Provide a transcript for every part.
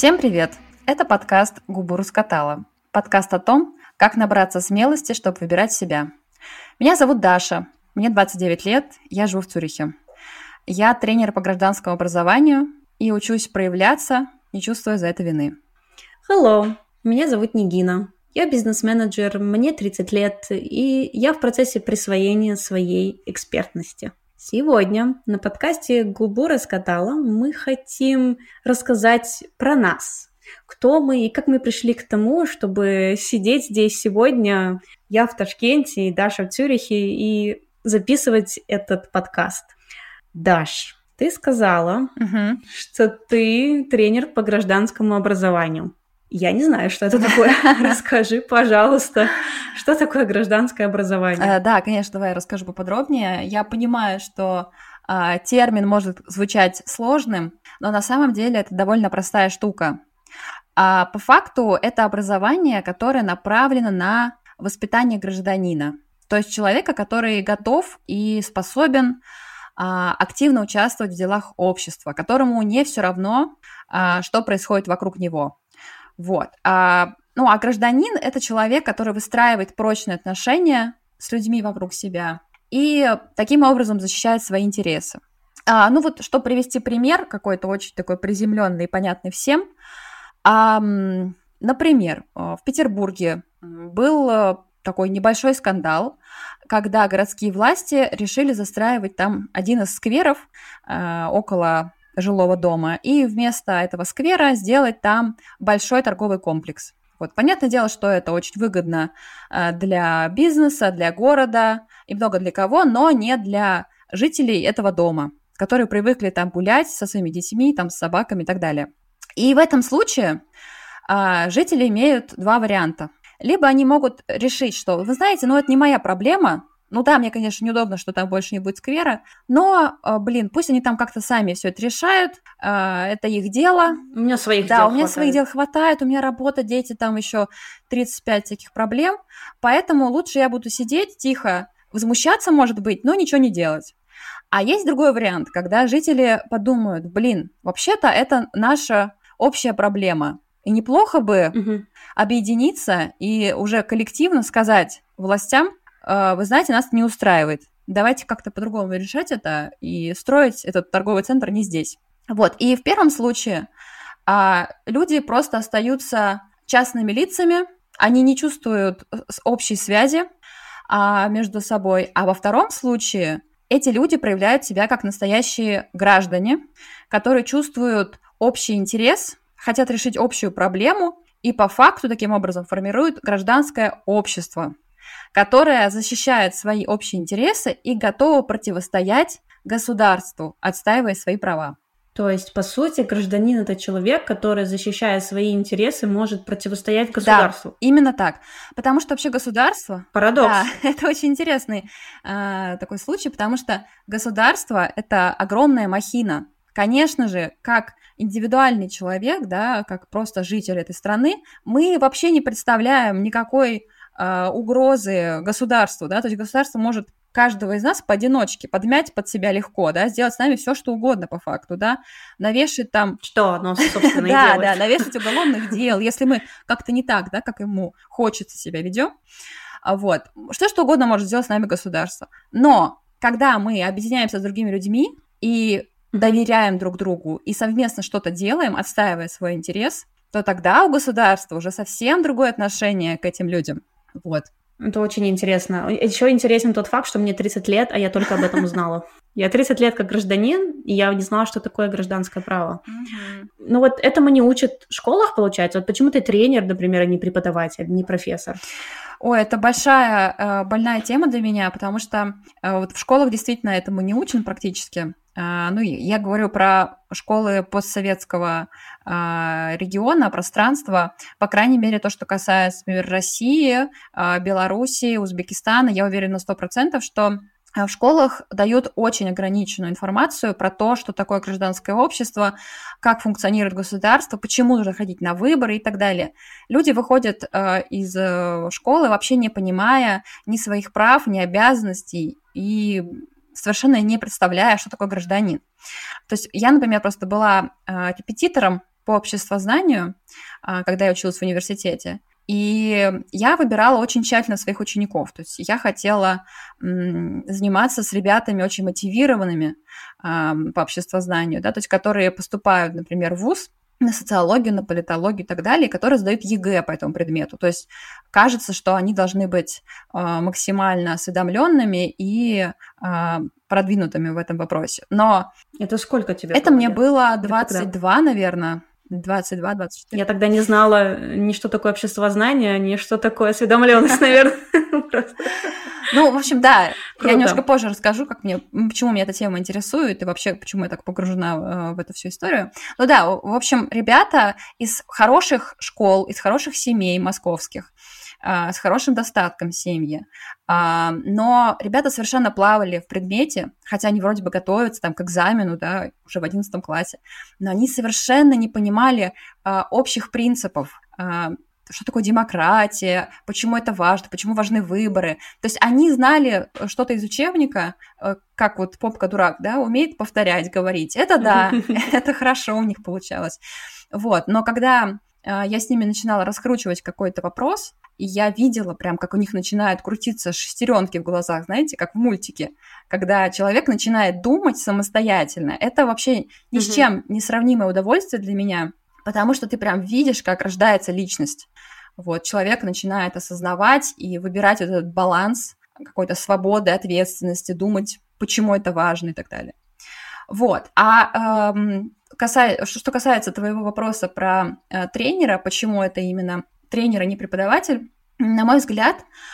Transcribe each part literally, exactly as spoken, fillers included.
Всем привет! Это подкаст «Губу раскатала». Подкаст о том, как набраться смелости, чтобы выбирать себя. Меня зовут Даша, мне двадцать девять лет, я живу в Цюрихе. Я тренер по гражданскому образованию и учусь проявляться, не чувствуя за это вины. Hello, меня зовут Нигина. Я бизнес-менеджер, мне тридцать лет, и я в процессе присвоения своей экспертности. Сегодня на подкасте «Губу раскатала» мы хотим рассказать про нас. Кто мы и как мы пришли к тому, чтобы сидеть здесь сегодня, я в Ташкенте и Даша в Цюрихе, и записывать этот подкаст. Даш, ты сказала, угу. что ты тренер по гражданскому образованию. Я не знаю, что это такое. Расскажи, пожалуйста, что такое гражданское образование? Да, конечно, давай я расскажу поподробнее. Я понимаю, что э, термин может звучать сложным, но на самом деле это довольно простая штука. А по факту это образование, которое направлено на воспитание гражданина, то есть человека, который готов и способен э, активно участвовать в делах общества, которому не все равно, э, что происходит вокруг него. Вот. А, ну, а гражданин – это человек, который выстраивает прочные отношения с людьми вокруг себя и таким образом защищает свои интересы. А, ну вот, чтобы привести пример, какой-то очень такой приземленный и понятный всем. А, например, в Петербурге был такой небольшой скандал, когда городские власти решили застраивать там один из скверов а, около жилого дома, и вместо этого сквера сделать там большой торговый комплекс. Вот. Понятное дело, что это очень выгодно для бизнеса, для города и много для кого, но не для жителей этого дома, которые привыкли там гулять со своими детьми, там, с собаками и так далее. И в этом случае жители имеют два варианта. Либо они могут решить, что, вы знаете, ну это не моя проблема. Ну да, мне, конечно, неудобно, что там больше не будет сквера, но, блин, пусть они там как-то сами все это решают, это их дело. У меня своих да, дел у меня хватает. своих дел хватает, у меня работа, дети, там еще тридцать пять всяких проблем, поэтому лучше я буду сидеть тихо, возмущаться, может быть, но ничего не делать. А есть другой вариант, когда жители подумают, блин, вообще-то это наша общая проблема, и неплохо бы угу. объединиться и уже коллективно сказать властям, вы знаете, нас это не устраивает. Давайте как-то по-другому решать это и строить этот торговый центр не здесь. Вот. И в первом случае а, люди просто остаются частными лицами, они не чувствуют общей связи а, между собой. А во втором случае эти люди проявляют себя как настоящие граждане, которые чувствуют общий интерес, хотят решить общую проблему и по факту таким образом формируют гражданское общество, которая защищает свои общие интересы и готова противостоять государству, отстаивая свои права. То есть, по сути, гражданин – это человек, который, защищая свои интересы, может противостоять государству. Да, именно так. Потому что вообще государство… Парадокс. Да, это очень интересный э, такой случай, потому что государство – это огромная махина. Конечно же, как индивидуальный человек, да, как просто житель этой страны, мы вообще не представляем никакой угрозы государству, да, то есть государство может каждого из нас поодиночке подмять под себя легко, да, сделать с нами все, что угодно по факту, да, навешать там… Что оно, собственно, и да, делает. Да, навешать уголовных дел, если мы как-то не так, да, как ему хочется себя ведем, вот, что что угодно может сделать с нами государство. Но когда мы объединяемся с другими людьми и доверяем друг другу и совместно что-то делаем, отстаивая свой интерес, то тогда у государства уже совсем другое отношение к этим людям. Вот. Это очень интересно. Еще интересен тот факт, что мне тридцать лет, а я только об этом узнала. Я тридцать лет как гражданин, и я не знала, что такое гражданское право. Mm-hmm. Ну вот этому не учат в школах, получается? Вот почему ты тренер, например, а не преподаватель, не профессор? Ой, это большая, больная тема для меня, потому что вот в школах действительно этому не учат практически. Ну, я говорю про школы постсоветского региона, пространства, по крайней мере, то, что касается, например, России, Белоруссии, Узбекистана, я уверена на сто процентов, что в школах дают очень ограниченную информацию про то, что такое гражданское общество, как функционирует государство, почему нужно ходить на выборы и так далее. Люди выходят из школы, вообще не понимая ни своих прав, ни обязанностей, и совершенно не представляя, что такое гражданин. То есть я, например, просто была э, репетитором по обществознанию, когда я училась в университете. И я выбирала очень тщательно своих учеников. То есть я хотела м, заниматься с ребятами очень мотивированными э, по обществознанию, да, то есть которые поступают, например, в вуз на социологию, на политологию и так далее, которые сдают ЕГЭ по этому предмету. То есть кажется, что они должны быть э, максимально осведомленными и э, продвинутыми в этом вопросе. Но это сколько тебе это было мне лет? было двадцать два, наверное. двадцать два двадцать четыре. Я тогда не знала ни что такое обществознание, ни что такое осведомленность, наверное. Ну, в общем, да, Круто. Я немножко позже расскажу, как мне, почему меня эта тема интересует и вообще, почему я так погружена в эту всю историю. Ну да, в общем, ребята из хороших школ, из хороших семей московских, с хорошим достатком семьи, но ребята совершенно плавали в предмете, хотя они вроде бы готовятся там к экзамену, да, уже в одиннадцатом классе, но они совершенно не понимали общих принципов, что такое демократия, почему это важно, почему важны выборы. То есть они знали что-то из учебника, как вот попка-дурак, да, умеет повторять, говорить. Это да, это хорошо у них получалось. Вот, но когда я с ними начинала раскручивать какой-то вопрос, и я видела прям, как у них начинают крутиться шестеренки в глазах, знаете, как в мультике, когда человек начинает думать самостоятельно. Это вообще ни с чем не сравнимое удовольствие для меня, потому что ты прям видишь, как рождается личность. Вот, человек начинает осознавать и выбирать вот этот баланс какой-то свободы, ответственности, думать, почему это важно и так далее. Вот. А эм, касай... что касается твоего вопроса про э, тренера, почему это именно тренер, а не преподаватель, на мой взгляд,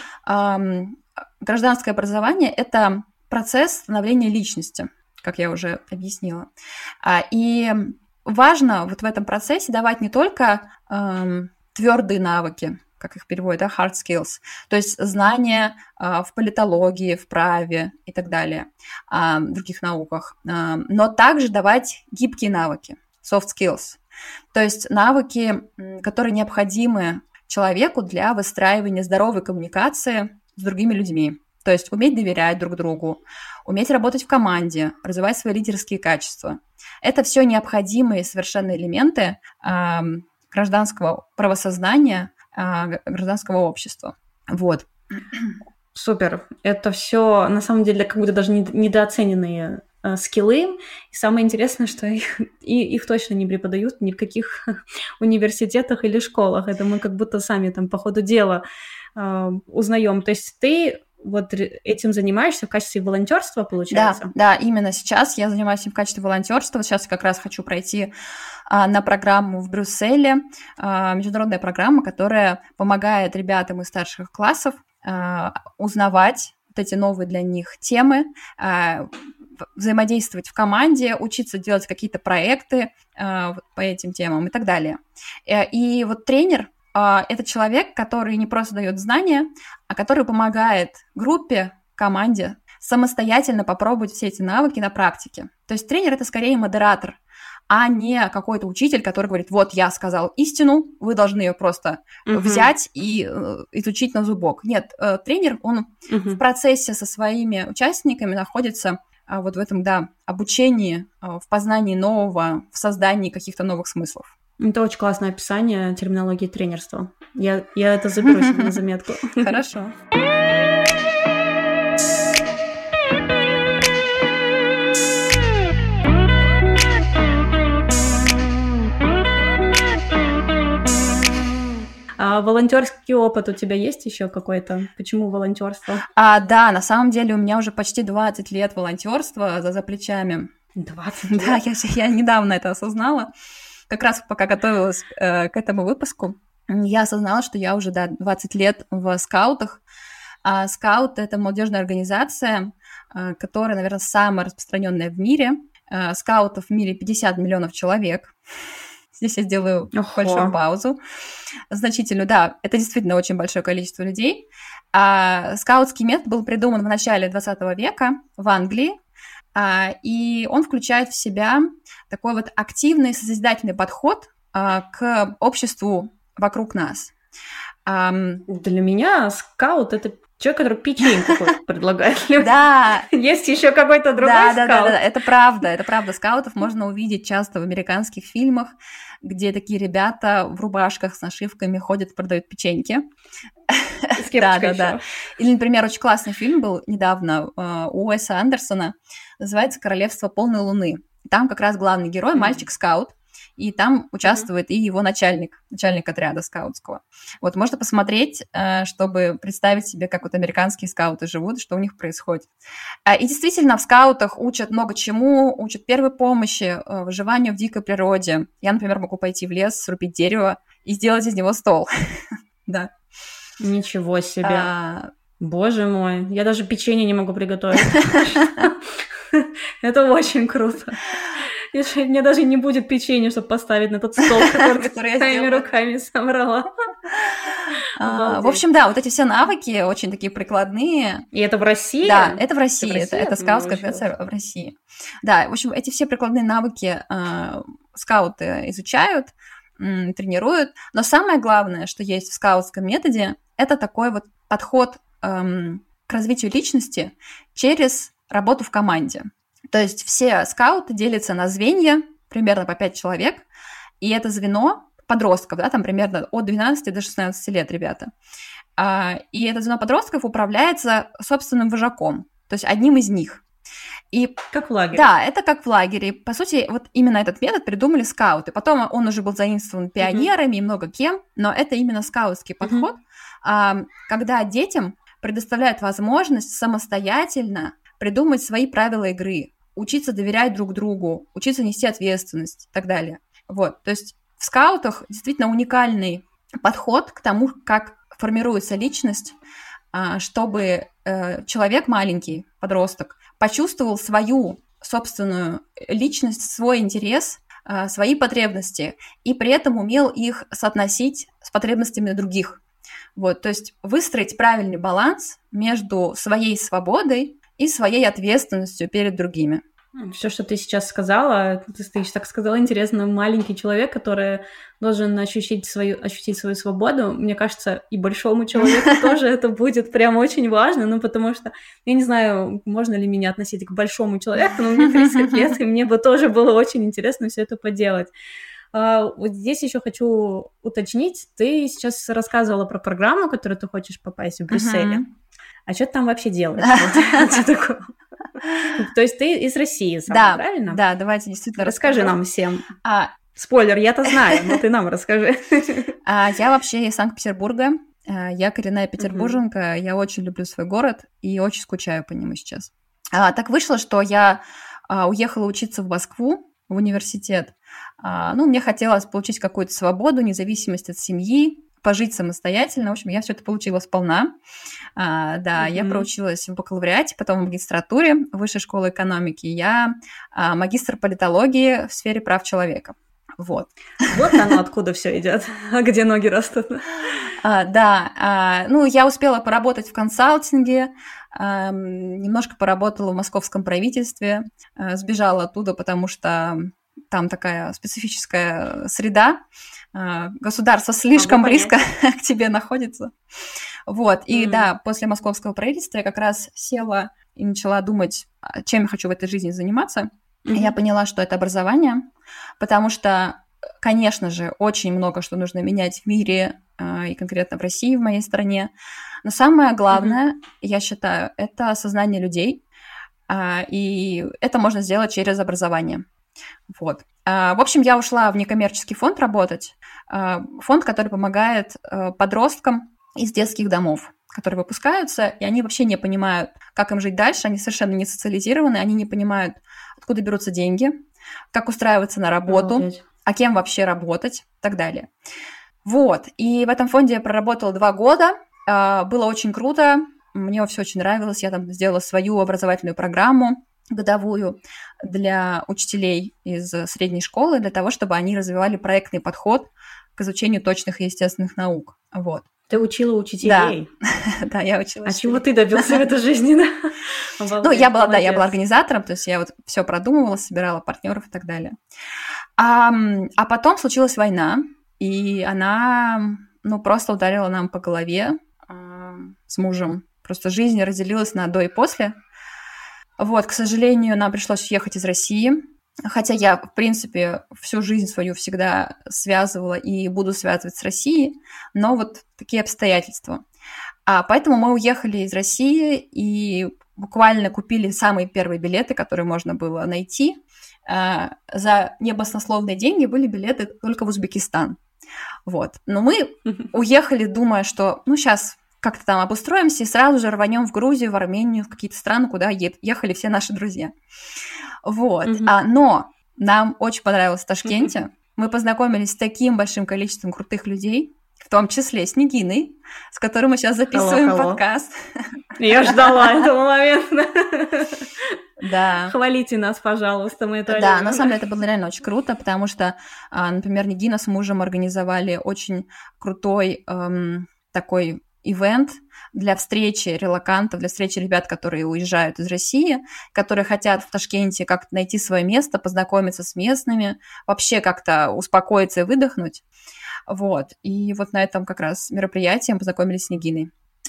эм, гражданское образование – это процесс становления личности, как я уже объяснила. А, и важно вот в этом процессе давать не только эм, твердые навыки, как их переводят, да, hard skills, то есть знания э, в политологии, в праве и так далее, э, в других науках, э, но также давать гибкие навыки, soft skills, то есть навыки, которые необходимы человеку для выстраивания здоровой коммуникации с другими людьми. То есть уметь доверять друг другу, уметь работать в команде, развивать свои лидерские качества. Это все необходимые совершенно элементы э, гражданского правосознания, э, гражданского общества. Вот. Супер. Это все на самом деле как будто даже недооцененные э, скиллы. И самое интересное, что их, и, их точно не преподают ни в каких университетах или школах. Это мы как будто сами там по ходу дела э, узнаем. То есть ты вот этим занимаешься в качестве волонтерства, получается? Да, да, именно сейчас я занимаюсь им в качестве волонтерства. Сейчас я как раз хочу пройти а, на программу в Брюсселе, а, международная программа, которая помогает ребятам из старших классов а, узнавать вот эти новые для них темы, а, взаимодействовать в команде, учиться делать какие-то проекты а, вот по этим темам и так далее. И вот тренер — это человек, который не просто дает знания, а который помогает группе, команде самостоятельно попробовать все эти навыки на практике. То есть тренер — это скорее модератор, а не какой-то учитель, который говорит: вот я сказал истину, вы должны ее просто uh-huh. взять и э, изучить на зубок. Нет, э, тренер, он uh-huh. в процессе со своими участниками находится э, вот в этом, да, обучении, э, в познании нового, в создании каких-то новых смыслов. Это очень классное описание терминологии тренерства. Я, я это заберу себе на заметку. Хорошо. А волонтерский опыт у тебя есть еще какой-то? Почему волонтерство? А, да, на самом деле у меня уже почти двадцать лет волонтерства за, за плечами. двадцать лет? Да, я, я недавно это осознала. Как раз пока готовилась э, к этому выпуску, я осознала, что я уже, да, двадцать лет в скаутах. А скаут — это молодежная организация, э, которая, наверное, самая распространенная в мире. Э, скаутов в мире пятьдесят миллионов человек. Здесь я сделаю Охо. большую паузу. Значительную, да, это действительно очень большое количество людей. А скаутский метод был придуман в начале двадцатого века в Англии, а, и он включает в себя такой вот активный созидательный подход а, к обществу вокруг нас. Для меня скаут — это человек, который печеньку предлагает. Да. Есть еще какой-то другой скаут. Да, да, да, это правда, это правда. Скаутов можно увидеть часто в американских фильмах, где такие ребята в рубашках с нашивками ходят, продают печеньки. С кепочкой да, да, да. Или, например, очень классный фильм был недавно у Уэса Андерсона, называется «Королевство полной луны». Там как раз главный герой, мальчик-скаут, и там участвует mm-hmm. и его начальник, начальник отряда скаутского. Вот, можно посмотреть, чтобы представить себе, как вот американские скауты живут, что у них происходит. И действительно, в скаутах учат много чему, учат первой помощи, выживанию в дикой природе. Я, например, могу пойти в лес, срубить дерево и сделать из него стол. Да. Ничего себе. А... Боже мой, я даже печенье не могу приготовить. Это очень круто. У меня даже не будет печенья, чтобы поставить на тот стол, который я своими руками собрала. А, в общем, да, вот эти все навыки очень такие прикладные. И это в России? Да, это в России. Это, это, это скаутская организация в России. Да, в общем, эти все прикладные навыки э, скауты изучают, э, тренируют. Но самое главное, что есть в скаутском методе, это такой вот подход э, к развитию личности через работу в команде. То есть все скауты делятся на звенья, примерно по пять человек, и это звено подростков, да, там примерно от двенадцати до шестнадцати лет ребята. И это звено подростков управляется собственным вожаком, то есть одним из них. И, как в лагере. Да, это как в лагере. По сути, вот именно этот метод придумали скауты. Потом он уже был заимствован пионерами uh-huh. и много кем, но это именно скаутский подход, uh-huh. когда детям предоставляют возможность самостоятельно придумать свои правила игры, учиться доверять друг другу, учиться нести ответственность и так далее. Вот, то есть в скаутах действительно уникальный подход к тому, как формируется личность, чтобы человек маленький, подросток, почувствовал свою собственную личность, свой интерес, свои потребности, и при этом умел их соотносить с потребностями других. Вот, то есть выстроить правильный баланс между своей свободой и своей ответственностью перед другими. Все, что ты сейчас сказала, ты, ты так сказала, интересно, маленький человек, который должен ощутить свою, ощутить свою свободу, мне кажется, и большому человеку тоже это будет прям очень важно, ну, потому что, я не знаю, можно ли меня относить к большому человеку, но мне тридцать лет, и мне бы тоже было очень интересно все это поделать. Вот здесь еще хочу уточнить, ты сейчас рассказывала про программу, которую ты хочешь попасть в Брюсселе. Uh-huh. А что ты там вообще делаешь? То есть ты из России сама, правильно? Да, давайте действительно расскажи нам всем. Спойлер, я-то знаю, но ты нам расскажи. Я вообще из Санкт-Петербурга. Я коренная петербурженка. Я очень люблю свой город и очень скучаю по нему сейчас. Так вышло, что я уехала учиться в Москву, в университет. Ну, мне хотелось получить какую-то свободу, независимость от семьи, пожить самостоятельно. В общем, я все это получила сполна. А, да, mm-hmm. я проучилась в бакалавриате, потом в магистратуре Высшей школы экономики. Я а, магистр политологии в сфере прав человека. Вот. Вот оно откуда все идет, а где ноги растут. А, да, а, ну, я успела поработать в консалтинге, а, немножко поработала в московском правительстве, а, сбежала оттуда, потому что там такая специфическая среда, государство слишком Могу близко к тебе находится. Вот, и mm-hmm. да, после московского правительства я как раз села и начала думать, чем я хочу в этой жизни заниматься. Mm-hmm. И я поняла, что это образование, потому что, конечно же, очень много что нужно менять в мире, и конкретно в России, в моей стране. Но самое главное, mm-hmm. я считаю, это осознание людей, и это можно сделать через образование. Вот. В общем, я ушла в некоммерческий фонд работать, фонд, который помогает подросткам из детских домов, которые выпускаются, и они вообще не понимают, как им жить дальше, они совершенно не социализированы, они не понимают, откуда берутся деньги, как устраиваться на работу, Обалдеть. А кем вообще работать и так далее. Вот, и в этом фонде я проработала два года, было очень круто, мне все очень нравилось, я там сделала свою образовательную программу, годовую для учителей из средней школы, для того, чтобы они развивали проектный подход к изучению точных и естественных наук. Вот. Ты учила учителей? Да, да, я учила. А чего ты добился в этой жизни? Ну, я была, да, я была организатором, то есть я вот все продумывала, собирала партнеров и так далее. А потом случилась война, и она ну, просто ударила нам по голове э, с мужем. Просто жизнь разделилась на до и после. Вот, к сожалению, нам пришлось уехать из России. Хотя я, в принципе, всю жизнь свою всегда связывала и буду связывать с Россией, но вот такие обстоятельства. А поэтому мы уехали из России и буквально купили самые первые билеты, которые можно было найти. А, за небоснословные деньги были билеты только в Узбекистан. Вот. Но мы уехали, думая, что, ну, сейчас как-то там обустроимся и сразу же рванем в Грузию, в Армению, в какие-то страны, куда ехали все наши друзья. Вот. Mm-hmm. А, но нам очень понравилось в Ташкенте. Mm-hmm. Мы познакомились с таким большим количеством крутых людей, в том числе с Нигиной, с которой мы сейчас записываем hello, hello. подкаст. Я ждала этого момента. Да. Хвалите нас, пожалуйста, мы это Да, любим. на самом деле это было реально очень круто, потому что, например, Нигина с мужем организовали очень крутой эм, такой ивент для встречи релокантов, для встречи ребят, которые уезжают из России, которые хотят в Ташкенте как-то найти свое место, познакомиться с местными, вообще как-то успокоиться и выдохнуть. Вот. И вот на этом как раз мероприятии мы познакомились с Нигиной.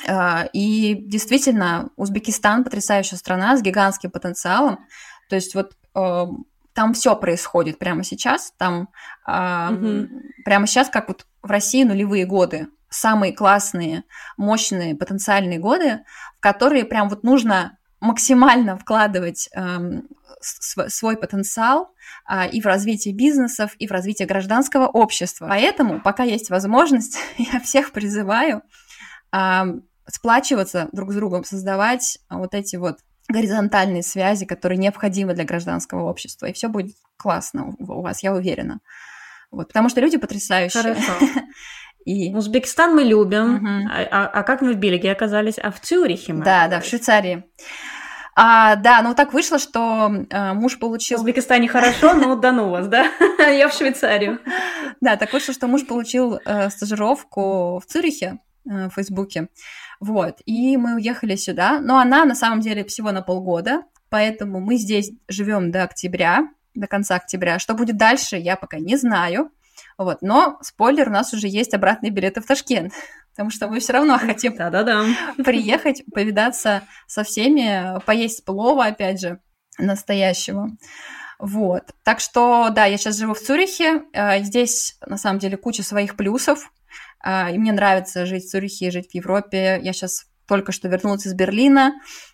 И действительно, Узбекистан потрясающая страна с гигантским потенциалом. То есть вот там все происходит прямо сейчас. Там mm-hmm. прямо сейчас, как вот в России нулевые годы, самые классные, мощные, потенциальные годы, в которые прям вот нужно максимально вкладывать эм, свой потенциал э, и в развитие бизнесов, и в развитие гражданского общества. Поэтому, пока есть возможность, я всех призываю э, сплачиваться друг с другом, создавать вот эти вот горизонтальные связи, которые необходимы для гражданского общества, и все будет классно у вас, я уверена. Вот, потому что люди потрясающие. Хорошо. И... Узбекистан мы любим, uh-huh. а, а как мы в Бельгии оказались? А в Цюрихе мы Да, оказались. Да, в Швейцарии. А, да, ну так вышло, что а, муж получил... В Узбекистане хорошо, но да ну вас, да? Я в Швейцарию. Да, так вышло, что муж получил э, стажировку в Цюрихе, э, в Фейсбуке, вот, и мы уехали сюда, но она на самом деле всего на полгода, поэтому мы здесь живем до октября, до конца октября. Что будет дальше, я пока не знаю. Вот, но, спойлер, у нас уже есть обратные билеты в Ташкент, потому что мы все равно хотим Да-да-да. приехать, повидаться со всеми, поесть плова, опять же, настоящего. Вот, так что, да, я сейчас живу в Цюрихе, здесь, на самом деле, куча своих плюсов, и мне нравится жить в Цюрихе, жить в Европе. Я сейчас только что вернулась из Берлина,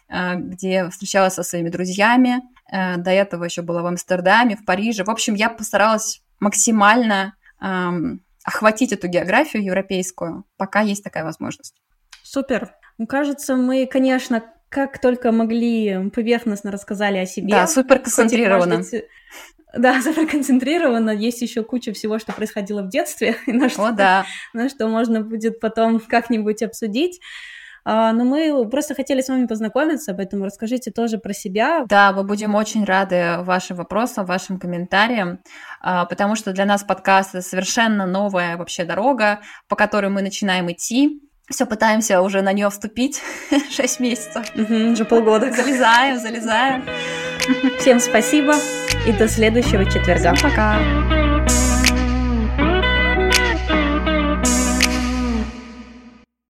где встречалась со своими друзьями, до этого еще была в Амстердаме, в Париже. В общем, я постаралась максимально эм, охватить эту географию европейскую, пока есть такая возможность. Супер. Ну, кажется, мы, конечно, как только могли, поверхностно рассказали о себе. Да, супер концентрированно. Быть, да, супер концентрированно. Есть еще куча всего, что происходило в детстве, на что, О, да. на что можно будет потом как-нибудь обсудить. Но мы просто хотели с вами познакомиться, поэтому расскажите тоже про себя. Да, мы будем очень рады вашим вопросам, вашим комментариям, потому что для нас подкаст — это совершенно новая вообще дорога, по которой мы начинаем идти. Все пытаемся уже на нее вступить. Шесть месяцев. Угу, уже полгода. Залезаем, залезаем. Всем спасибо и до следующего четверга. Всем пока.